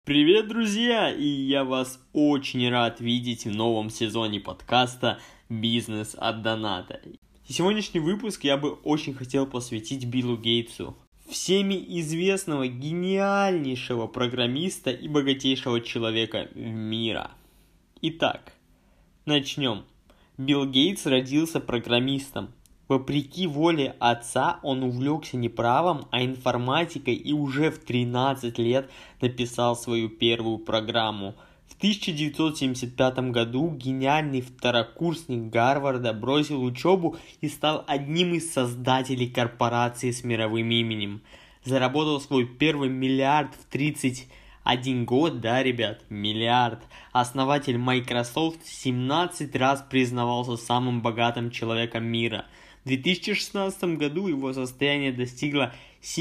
Привет, друзья! И я вас очень рад видеть в новом сезоне подкаста «Бизнес от доната». И сегодняшний выпуск я бы очень хотел посвятить Биллу Гейтсу, всеми известного гениальнейшего программиста и богатейшего человека мира. Итак, начнем. Билл Гейтс родился программистом. Вопреки воле отца он увлекся не правом, а информатикой и уже в 13 лет написал свою первую программу. В 1975 году гениальный второкурсник Гарварда бросил учебу и стал одним из создателей корпорации с мировым именем. Заработал свой первый миллиард в 31 год, да, ребят, миллиард. Основатель Microsoft 17 раз признавался самым богатым человеком мира. В 2016 году его состояние достигло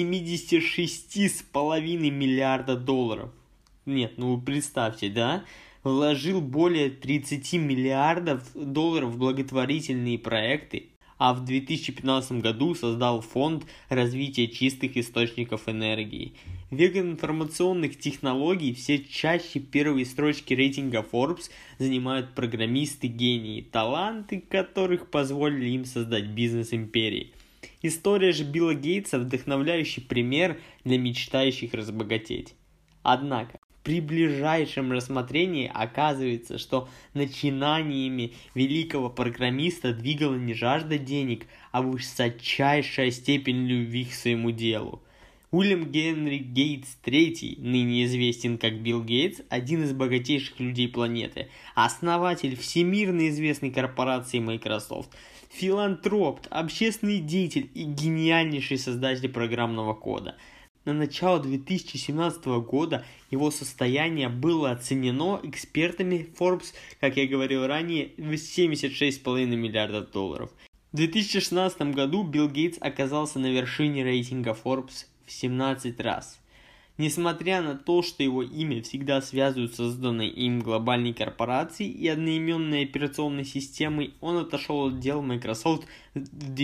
76,5 миллиарда долларов. Нет, ну вы представьте, да? Вложил более 30 миллиардов долларов в благотворительные проекты, а в 2015 году создал фонд развития чистых источников энергии. В век информационных технологий все чаще первые строчки рейтинга Forbes занимают программисты-гении, таланты которых позволили им создать бизнес-империи. История же Билла Гейтса – вдохновляющий пример для мечтающих разбогатеть. Однако, при ближайшем рассмотрении оказывается, что начинаниями великого программиста двигала не жажда денег, а высочайшая степень любви к своему делу. Уильям Генри Гейтс III, ныне известен как Билл Гейтс, один из богатейших людей планеты, основатель всемирно известной корпорации Microsoft, филантроп, общественный деятель и гениальнейший создатель программного кода. На начало 2017 года его состояние было оценено экспертами Forbes, как я говорил ранее, в 76,5 миллиардов долларов. В 2016 году Билл Гейтс оказался на вершине рейтинга Forbes в 17 раз. Несмотря на то, что его имя всегда связывают с созданной им глобальной корпорацией и одноименной операционной системой, он отошел от дел Microsoft в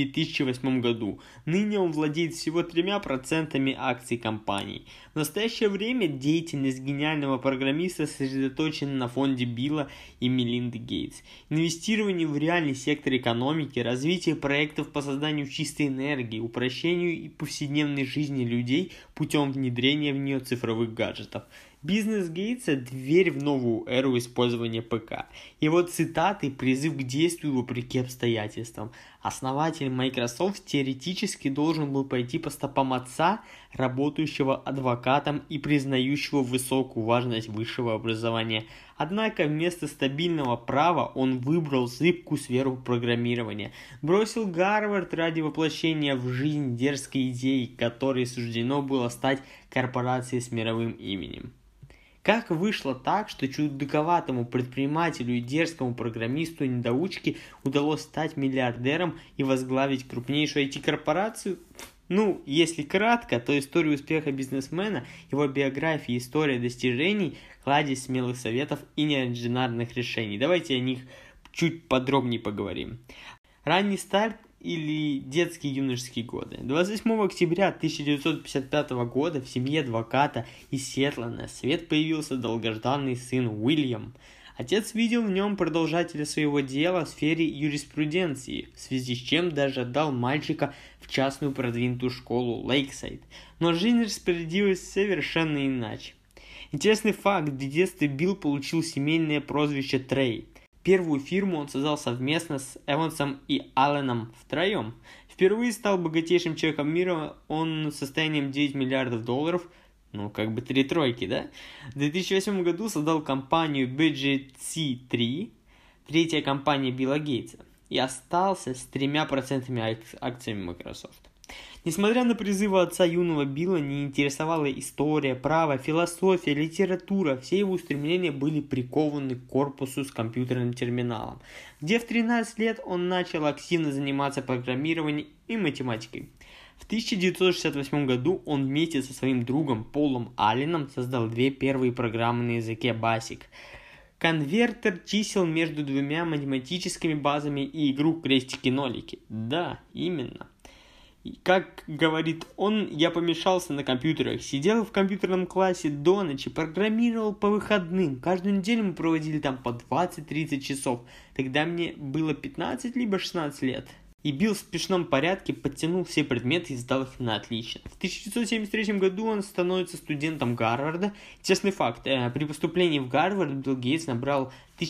2008 году. Ныне он владеет всего 3% акций компании. В настоящее время деятельность гениального программиста сосредоточена на фонде Билла и Мелинды Гейтс. Инвестирование в реальный сектор экономики, развитие проектов по созданию чистой энергии, упрощению и повседневной жизни людей путем внедрения в нее цифровых гаджетов. Бизнес Гейтса – дверь в новую эру использования ПК. Его цитаты – призыв к действию вопреки обстоятельствам. Основатель Microsoft теоретически должен был пойти по стопам отца, работающего адвокатом и признающего высокую важность высшего образования. Однако вместо стабильного права он выбрал зыбкую сферу программирования. Бросил Гарвард ради воплощения в жизнь дерзкой идеи, которой суждено было стать корпорацией с мировым именем. Как вышло так, что чудаковатому предпринимателю и дерзкому программисту-недоучке удалось стать миллиардером и возглавить крупнейшую IT-корпорацию? Ну, если кратко, то история успеха бизнесмена, его биография и история достижений – кладезь смелых советов и неординарных решений. Давайте о них чуть подробнее поговорим. Ранний старт или детские юношеские годы. 28 октября 1955 года в семье адвоката из Сиэтла на свет появился долгожданный сын Уильям. Отец видел в нем продолжателя своего дела в сфере юриспруденции, в связи с чем даже отдал мальчика в частную продвинутую школу Лейксайд. Но жизнь распорядилась совершенно иначе. Интересный факт: в детстве Билл получил семейное прозвище Трей. Первую фирму он создал совместно с Эвансом и Алленом втроем. Впервые стал богатейшим человеком мира он состоянием 9 миллиардов долларов, ну как бы 3 тройки, да? В 2008 году создал компанию BGC3, третья компания Билла Гейтса, и остался с 3% акциями Microsoft. Несмотря на призывы отца юного Билла, не интересовала история, право, философия, литература. Все его устремления были прикованы к корпусу с компьютерным терминалом, где в 13 лет он начал активно заниматься программированием и математикой. В 1968 году он вместе со своим другом Полом Алленом создал две первые программы на языке BASIC. Конвертер чисел между двумя математическими базами и игру крестики-нолики. Да, именно. Как говорит он, я помешался на компьютерах, сидел в компьютерном классе до ночи, программировал по выходным. Каждую неделю мы проводили там по 20-30 часов. Тогда мне было 15 либо 16 лет. И бил в спешном порядке, подтянул все предметы и сдал их на отлично. В 1973 году он становится студентом Гарварда. Интересный факт. При поступлении в Гарвард Билл Гейтс набрал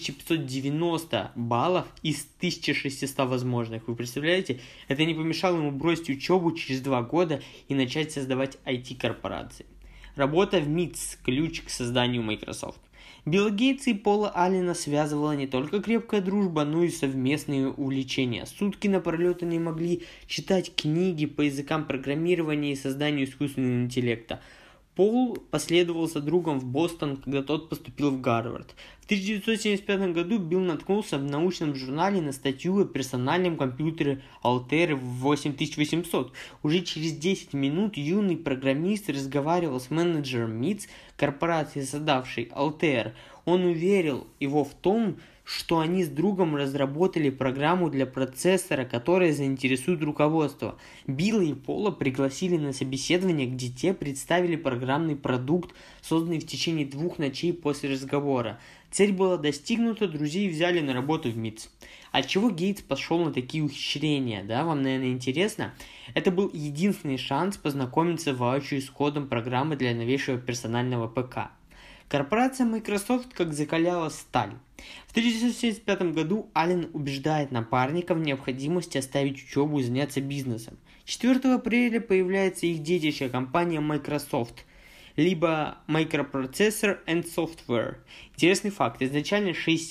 1590 баллов из 1600 возможных. Вы представляете? Это не помешало ему бросить учебу через 2 года и начать создавать IT-корпорации. Работа в МИТС – ключ к созданию Microsoft. Билла Гейтса и Пола Аллена связывала не только крепкая дружба, но и совместные увлечения. Сутки напролет они могли читать книги по языкам программирования и созданию искусственного интеллекта. Пол последовал за другом в Бостон, когда тот поступил в Гарвард. В 1975 году Билл наткнулся в научном журнале на статью о персональном компьютере Altair 8800. Уже через 10 минут юный программист разговаривал с менеджером МИТС, корпорации, создавшей Altair. Он уверил его в том, что они с другом разработали программу для процессора, которая заинтересует руководство. Билла и Пола пригласили на собеседование, где те представили программный продукт, созданный в течение 2 ночей после разговора. Цель была достигнута, друзей взяли на работу в МИТС. От чего Гейтс пошел на такие ухищрения, да, вам, наверное, интересно? Это был единственный шанс познакомиться воочию с кодом программы для новейшего персонального ПК. Корпорация Microsoft как закаляла сталь. В 1975 году Аллен убеждает напарника в необходимости оставить учебу и заняться бизнесом. 4 апреля появляется их детища компания Microsoft, либо Microprocessor and Software. Интересный факт. Изначально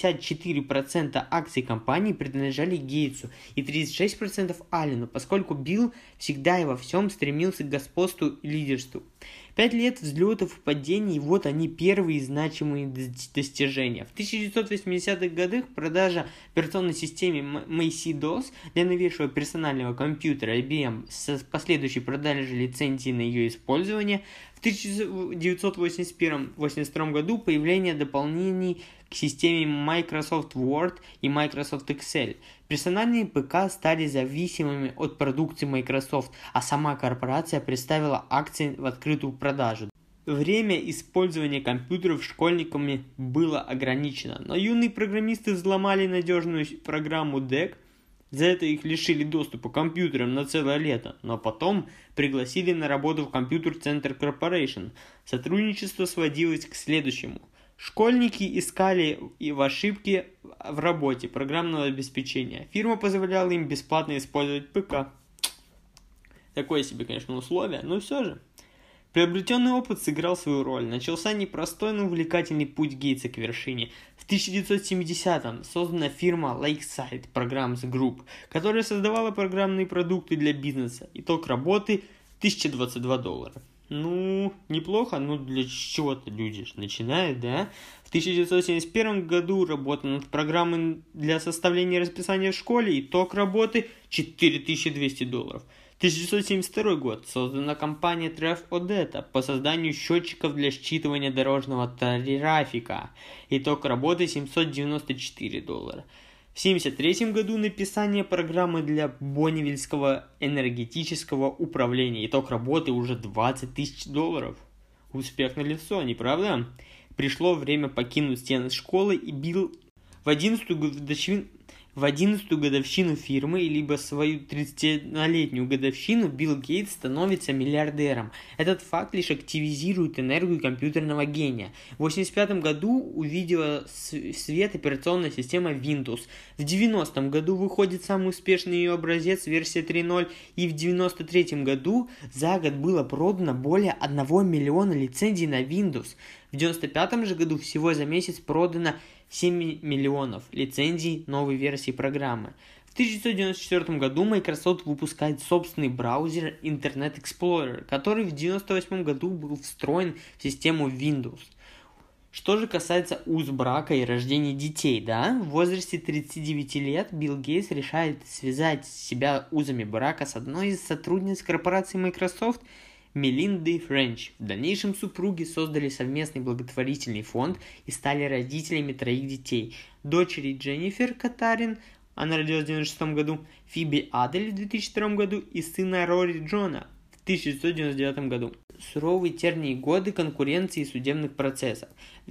64% акций компании принадлежали Гейтсу и 36% Аллену, поскольку Билл всегда и во всем стремился к господству и лидерству. 5 лет взлетов и падений, и вот они, первые значимые достижения. В 1980-х годах продажа операционной системы MC-DOS для новейшего персонального компьютера IBM с последующей продажей лицензии на ее использование. В 1981-1982 году появление дополнений к системе Microsoft Word и Microsoft Excel. Персональные ПК стали зависимыми от продукции Microsoft, а сама корпорация представила акции в открытую продажу. Время использования компьютеров школьниками было ограничено, но юные программисты взломали надежную программу DEC. За это их лишили доступа к компьютерам на целое лето, но потом пригласили на работу в Computer Center Corporation. Сотрудничество сводилось к следующему. Школьники искали в ошибки в работе программного обеспечения. Фирма позволяла им бесплатно использовать ПК. Такое себе, конечно, условие, но все же. Приобретенный опыт сыграл свою роль. Начался непростой, но увлекательный путь Гейтса к вершине. В 1970-м создана фирма Lakeside Programs Group, которая создавала программные продукты для бизнеса. Итог работы $1022. Ну, неплохо, но для чего-то люди начинают, да? В 1971 году работа над программой для составления расписания в школе. Итог работы $4200. 1972 год. Создана компания Trev Odetta по созданию счетчиков для считывания дорожного трафика. Итог работы $794. В 1973 году написание программы для Бонневильского энергетического управления. Итог работы уже $20 000. Успех налицо, не правда? Пришло время покинуть стены школы, и Билл в 11-ю годовщину фирмы, либо свою 30-летнюю годовщину, Билл Гейтс становится миллиардером. Этот факт лишь активизирует энергию компьютерного гения. В 1985 году увидела свет операционная система Windows. В 1990 году выходит самый успешный ее образец, версия 3.0, и в 1993 году за год было продано более 1 миллиона лицензий на Windows. В 1995 же году всего за месяц продано 7 миллионов лицензий новой версии программы. В 1994 году Microsoft выпускает собственный браузер Internet Explorer, который в 1998 году был встроен в систему Windows. Что же касается уз брака и рождения детей, да? В возрасте 39 лет Билл Гейтс решает связать себя узами брака с одной из сотрудниц корпорации Microsoft, Мелиндой Френч. В дальнейшем супруги создали совместный благотворительный фонд и стали родителями 3 детей. Дочери Дженнифер Катарин, она родилась в 1996 году, Фиби Адель в 2002 году и сына Рори Джона в 1999 году. Суровые тернии годы конкуренции и судебных процессов.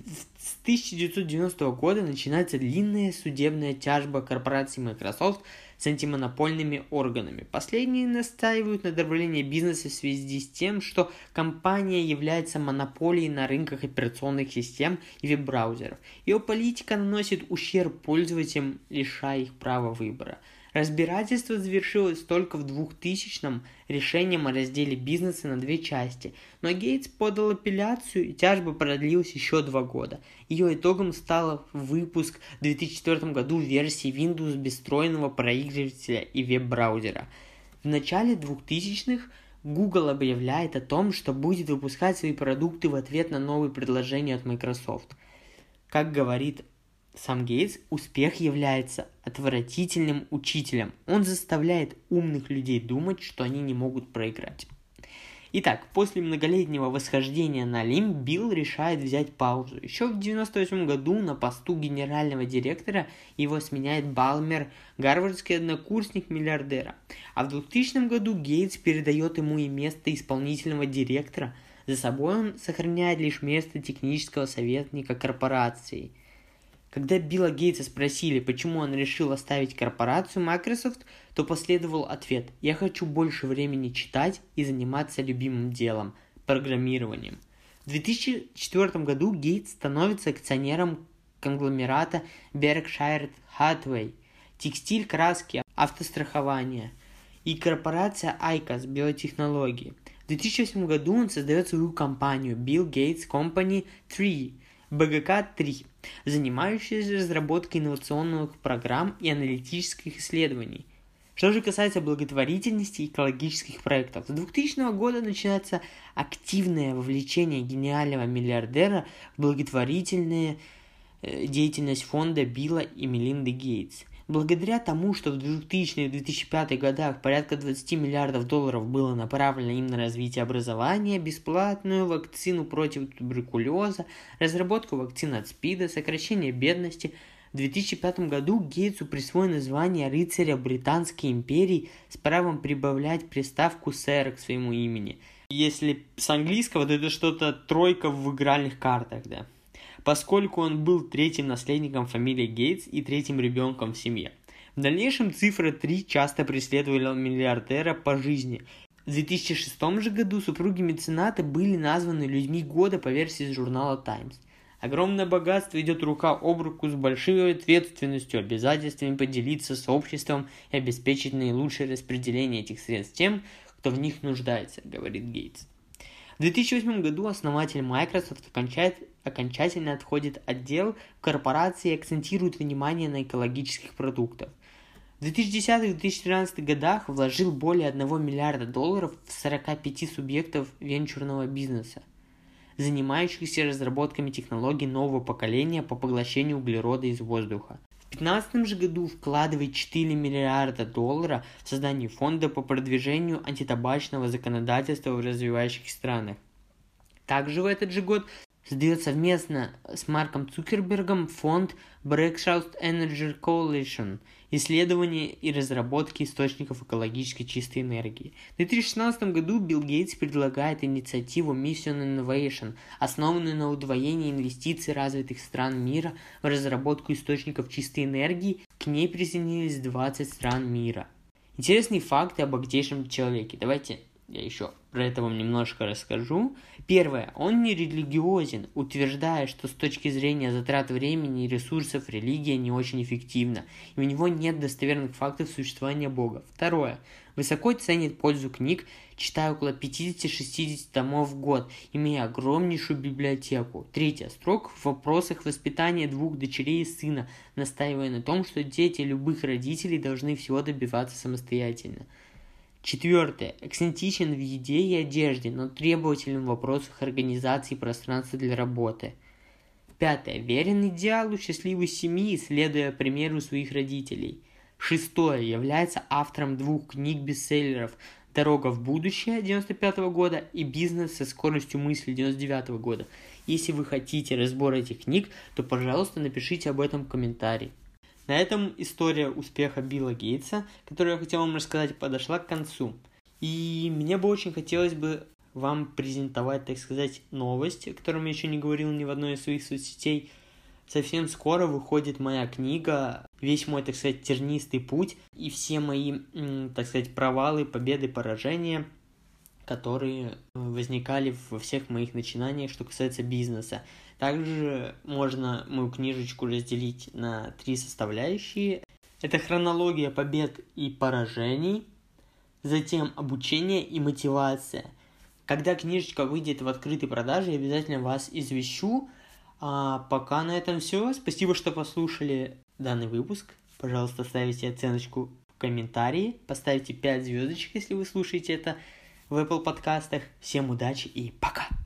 С 1990 года начинается длинная судебная тяжба корпорации Microsoft с антимонопольными органами. Последние настаивают на давлении бизнеса в связи с тем, что компания является монополией на рынках операционных систем и веб-браузеров. Ее политика наносит ущерб пользователям, лишая их права выбора. Разбирательство завершилось только в 2000-м решением о разделе бизнеса на две части, но Гейтс подал апелляцию, и тяжба продлилась еще 2 года. Ее итогом стал выпуск в 2004 году версии Windows без встроенного проигрывателя и веб-браузера. В начале 2000-х Google объявляет о том, что будет выпускать свои продукты в ответ на новые предложения от Microsoft. Как говорит сам Гейтс, успех является отвратительным учителем. Он заставляет умных людей думать, что они не могут проиграть. Итак, после многолетнего восхождения на Олимп, Билл решает взять паузу. Еще в 1998 году на посту генерального директора его сменяет Балмер, гарвардский однокурсник миллиардера. А в 2000 году Гейтс передает ему и место исполнительного директора. За собой он сохраняет лишь место технического советника корпорации. Когда Билла Гейтса спросили, почему он решил оставить корпорацию Microsoft, то последовал ответ: «Я хочу больше времени читать и заниматься любимым делом – программированием». В 2004 году Гейтс становится акционером конгломерата Berkshire Hathaway, текстиль, краски, автострахование и корпорация ICOS биотехнологии. В 2008 году он создает свою компанию Bill Gates Company 3, БГК-3, занимающаяся разработкой инновационных программ и аналитических исследований. Что же касается благотворительности и экологических проектов, с 2000 года начинается активное вовлечение гениального миллиардера в благотворительную деятельность фонда Билла и Мелинды Гейтс. Благодаря тому, что в 2000 и 2005 годах порядка $20 миллиардов было направлено им на развитие образования, бесплатную вакцину против туберкулеза, разработку вакцины от СПИДа, сокращение бедности, в 2005 году Гейтсу присвоено звание рыцаря Британской империи с правом прибавлять приставку «сэр» к своему имени. Если с английского, то это что-то тройка в игральных картах, да. Поскольку он был третьим наследником фамилии Гейтс и третьим ребенком в семье. В дальнейшем цифра 3 часто преследовала миллиардера по жизни. В 2006 же году супруги мецената были названы людьми года по версии журнала Times. Огромное богатство идет рука об руку с большой ответственностью, обязательствами поделиться с обществом и обеспечить наилучшее распределение этих средств тем, кто в них нуждается, говорит Гейтс. В 2008 году основатель Microsoft окончательно отходит от дел в корпорации и акцентирует внимание на экологических продуктах. В 2010-2013 годах вложил более $1 миллиарда в 45 субъектов венчурного бизнеса, занимающихся разработками технологий нового поколения по поглощению углерода из воздуха. В 2015 же году вкладывает $4 миллиарда в создание фонда по продвижению антитабачного законодательства в развивающихся странах. Также в этот же год создает совместно с Марком Цукербергом фонд Breakout Energy Coalition – исследования и разработки источников экологически чистой энергии. В 2016 году Билл Гейтс предлагает инициативу Mission Innovation, основанную на удвоении инвестиций развитых стран мира в разработку источников чистой энергии. К ней присоединились 20 стран мира. Интересные факты об богатейшем человеке. Давайте я еще про это вам немножко расскажу. Первое. Он не религиозен, утверждая, что с точки зрения затрат времени и ресурсов религия не очень эффективна, и у него нет достоверных фактов существования Бога. Второе. Высоко ценит пользу книг, читая около 50-60 томов в год, имея огромнейшую библиотеку. Третье. Строг в вопросах воспитания 2 дочерей и сына, настаивая на том, что дети любых родителей должны всего добиваться самостоятельно. Четвертое. Эксцентричен в еде и одежде, но требователен в вопросах организации пространства для работы. Пятое. Верен идеалу счастливой семьи, следуя примеру своих родителей. Шестое. Является автором 2 книг-бестселлеров «Дорога в будущее» 1995 года и «Бизнес со скоростью мысли» 1999 года. Если вы хотите разбор этих книг, то, пожалуйста, напишите об этом в комментарии. На этом история успеха Билла Гейтса, которую я хотел вам рассказать, подошла к концу. И мне бы очень хотелось бы вам презентовать, так сказать, новость, о которой я еще не говорил ни в одной из своих соцсетей. Совсем скоро выходит моя книга, весь мой, так сказать, тернистый путь и все мои, так сказать, провалы, победы, поражения, которые возникали во всех моих начинаниях, что касается бизнеса. Также можно мою книжечку разделить на 3 составляющие. Это хронология побед и поражений, затем обучение и мотивация. Когда книжечка выйдет в открытой продаже, я обязательно вас извещу. А пока на этом все. Спасибо, что послушали данный выпуск. Пожалуйста, ставите оценочку в комментарии. Поставьте 5 звездочек, если вы слушаете это в Apple подкастах. Всем удачи и пока!